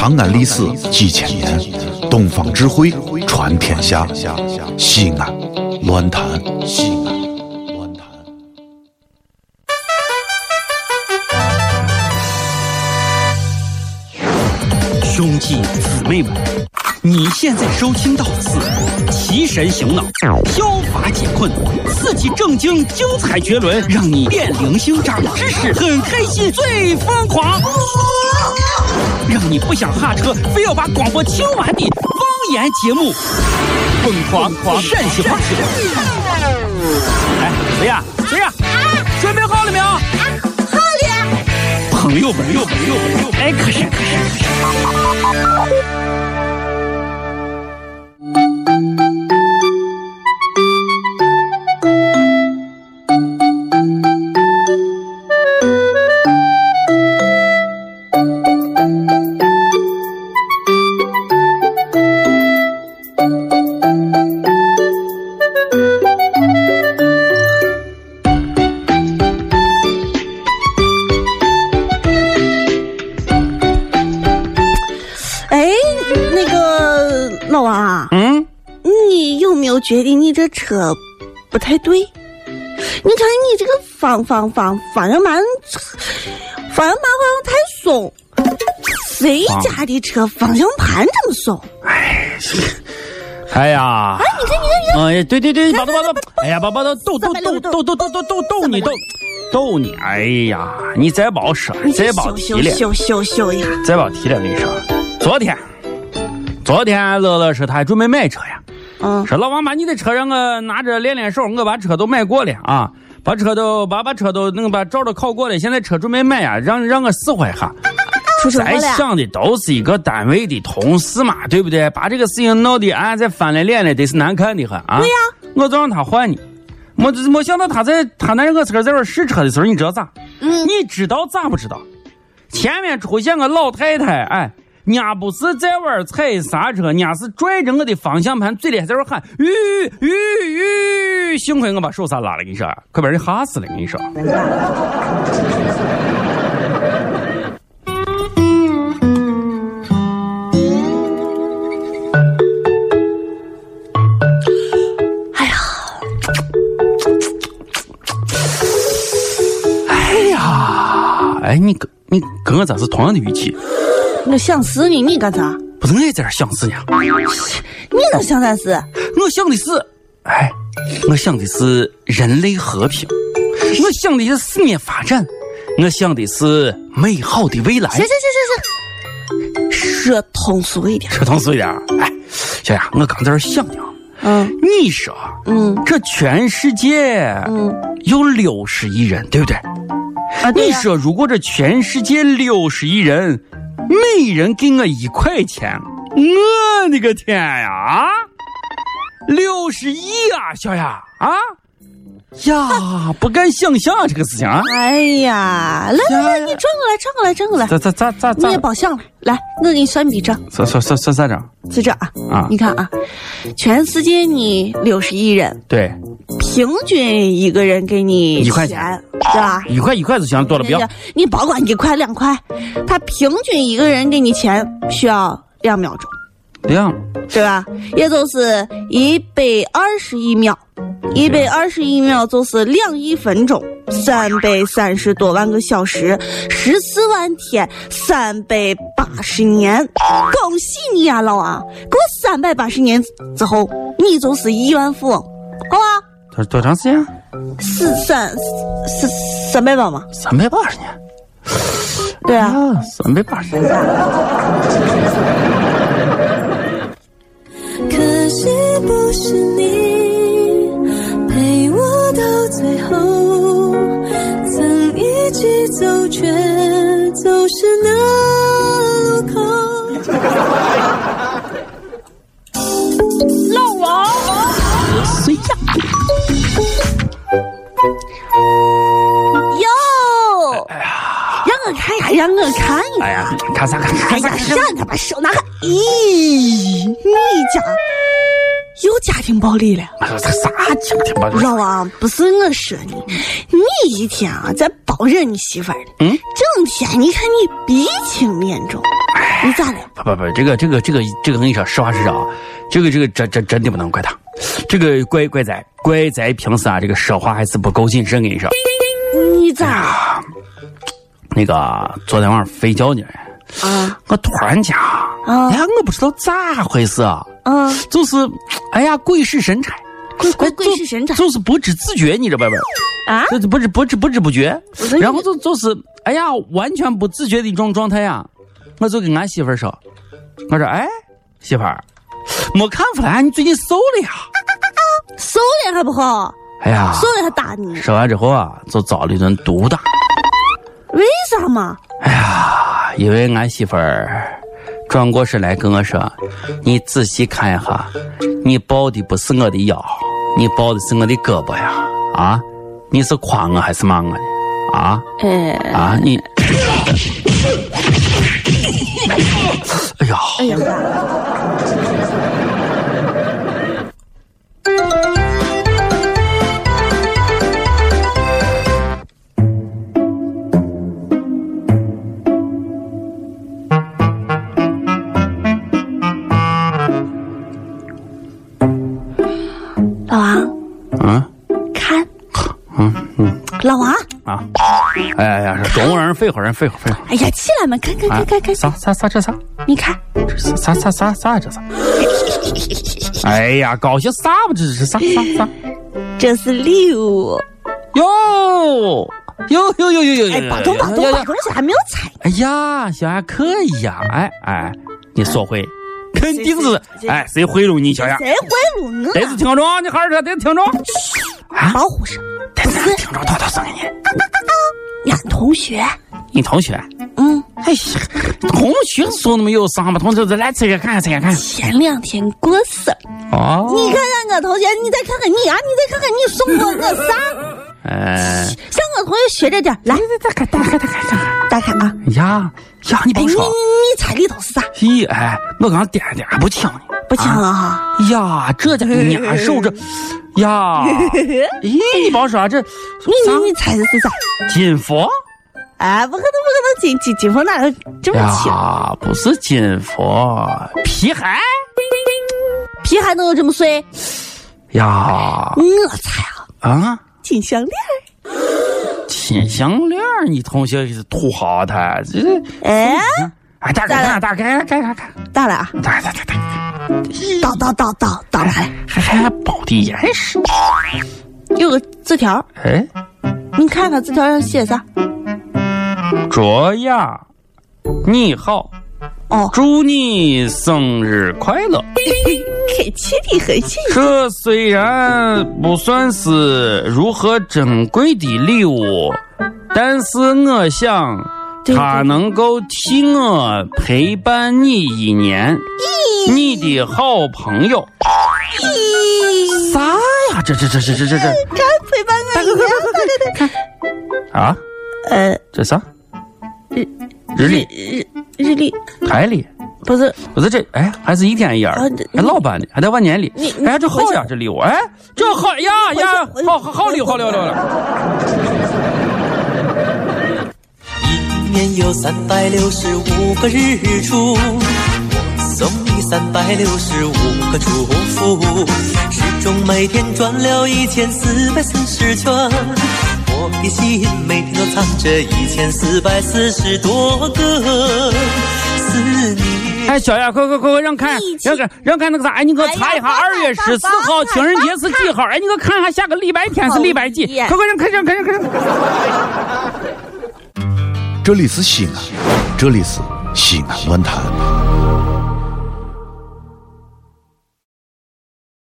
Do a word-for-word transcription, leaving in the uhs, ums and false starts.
长安历史几千年，东方智慧传天下。西安乱谈西安乱谈。 兄弟姊妹们，你现在收听到的是提神醒脑、消乏解困、刺激正经、精彩绝伦，让你变灵性、长知识、很开心、最疯狂，让你不想下车，非要把广播听完的方言节目《疯狂狂陕西话》。哎，谁呀？谁呀？准备好了没有？ 啊，好了。 朋友们，朋友们，朋友们，哎，可是可是可是。 觉得你这车不太对，你看你这个方方方方向盘方向盘好像太松，谁家的车方向盘这么松？ 哎，哎呀， 哎，你看你看， 哎，对对对，宝宝宝宝，哎呀，宝宝都逗逗逗逗逗逗逗逗你逗逗你，哎呀，你再别说，再别提了， 羞羞羞呀， 再别提了，跟你说，昨天，昨天乐乐说他还准备买车呀。嗯，说老王把你的车让我拿着练练手，我把车都买过了啊，把车都把把车都能把照都考过了，现在车准备买呀，让让我试会一下。咱想的都是一个单位的同事嘛，对不对？把这个事情闹得俺再翻了脸了，得是难看的很啊。 对呀， 我就让他换你，我没想到他在他拿着我车在这试车的时候，你知道咋？嗯，你知道咋不知道？前面出现个老太太，哎。人家不是在玩踩刹车，人家是拽着我的方向盘，嘴里还在那喊吁吁吁，幸亏我把手刹拉了，跟你说，快把人吓死了，跟你说。 哎呀， 哎呀，哎，你跟你跟我咋是同样的语气？ 我想死你，你干啥？ 不是我也在这想死你。 你能想啥事？ 我想的是，哎，我想的是人类和平，我想的是事业发展，我想的是美好的未来。 行行行行行，说通俗一点， 说通俗一点。哎，小雅，我刚在这想呢。嗯，你说，嗯，这全世界，嗯，有六十亿人，对不对？啊，对呀。你说，如果这全世界六十亿人。每人给我一块钱，我的个天呀！六十亿啊，小雅啊呀，不敢想象啊这个事情啊！ 哎呀，来来来，你转过来，转过来，转过来！ 咋咋咋咋咋？ 你也别想了，来，我给你算笔账。 算算算算啥账？ 是这啊啊！你看啊，全世界你六十亿人，对，平均一个人给你一块钱。 对吧？ 一块一块就行，多了不要。 你保管一块两块，他平均一个人给你钱需要两秒钟， 两， 对吧？也就是一百二十一秒，一百二十一秒就是两亿分钟，三百三十多万个小时，十四万天，三百八十年。恭喜你呀，老王！过三百八十年之后，你就是亿万富翁，好吧？ 多多长时间？ 四三四三百八吗？ 三百八十年。 对啊， 三百八十年。 可惜不是你陪我到最后，曾一起走，却走失那路口。 老王， 谁呀？ 哟，哎呀，让我看呀，让我看呀！ 哎呀，看啥看？看啥？ 哎呀，让他把手拿开！咦，你家又家庭暴力了？ 这啥家庭暴力？ 老王，不是我说你，你一天啊在包着你媳妇儿的，嗯，整天你看你鼻青脸肿。 哎你咋了？ 不不不，这个这个这个这个，我跟你说，实话实说啊，这个这个真真真的不能怪他，这个怪怪在怪在平时啊，这个说话还是不够谨慎。跟你说， 你咋了？ 那个昨天晚上睡觉呢，啊，我突然间啊，哎呀，我不知道咋回事啊，啊，就是哎呀，鬼使神差， 鬼鬼鬼使神差， 就是不知自觉，你知道不？啊，就是不知不知不知不觉，然后就就是哎呀，完全不自觉的一种状态呀。我就跟俺媳妇儿说，我说哎，媳妇儿，没看出来你最近瘦了呀？ 瘦了还不好？ 哎呀， 瘦了还打你？ 说完之后啊，就遭了一顿毒打。 为啥嘛？ 哎呀，因为俺媳妇儿转过身来跟我说，你仔细看一下，你抱的不是我的腰，你抱的是我的胳膊呀！啊，你是夸我还是骂我呢？啊？哎啊你！哎呀！哎呀！ 老王， 嗯， 看， 嗯嗯， 老王啊，哎呀呀，中午让人废话，人废话废话。 哎呀，起来嘛，看看看看看， 啥啥啥这啥？ 你看， 这是啥啥啥啥这啥？哎呀，高兴啥不？这是啥啥啥？ 这是礼物。 哟哟哟哟哟哟！ 哎，把东把东把东西还没有拆。 哎呀，小丫可以呀！哎哎，你说会。肯定是，哎，谁贿赂你，小丫？ 谁贿赂我？ 得是听着，你好好说，得听着。 啊，保护声， 得是听着，多大声音？ 俺同学， 你同学？ 嗯， 哎呀，同学说那么有伤吗？同学，来这个看看，这个看。 前两天过生， 哦， 你看看我同学，你再看看你啊，你再看看你送我个啥？ 哎， 向我同学学着点，来， 打开，打开，打开，打开， 打开啊！ 呀呀，你别说， 你你你猜里头是啥？ 咦，哎，我刚点点还不轻呢， 不轻了哈！ 呀，这家伙拿手这，呀，咦，你别说这， 你你你猜的是啥？ 金佛？ 哎，不可能，不可能，金金金佛哪有这么轻？ 呀，不是金佛，皮海， 皮海能有这么碎？ 呀， 我猜啊， 啊， 金项链。 金项链，你同学是土豪他这， 哎， 哎，打开看，打开看看看， 打了啊， 打打打打， 倒倒倒倒倒来， 还还包的严实， 有个字条， 哎， 你看看字条上写啥？ 卓雅，你好， 哦， 祝你生日快乐。 客气的很，谢谢。 这虽然不算是如何珍贵的礼物，但是我想它能够替我陪伴你一年，你的好朋友。啥呀？这这这这这这这？ 这陪伴我一年， 看啊？ 呃， 这啥？ 日日历日日历台历。 不是不是这哎，还是一天一样，还老板的，还带万年历。哎，这好呀，这礼物，哎，这好呀呀，好好好礼物，好礼物了。 一年有三百六十五个日出，我送你三百六十五个祝福，时钟每天转了一千四百四十圈，我的心每天都藏着一千四百四十多个思念。 哎，小丫，快快快快，让看，让看，让看那个啥，哎，你给我查一下，二月十四号情人节是几号？哎，你给我看一下下个礼拜天是礼拜几？快快让看，让看，让看。 这里是西安，这里是西安论坛。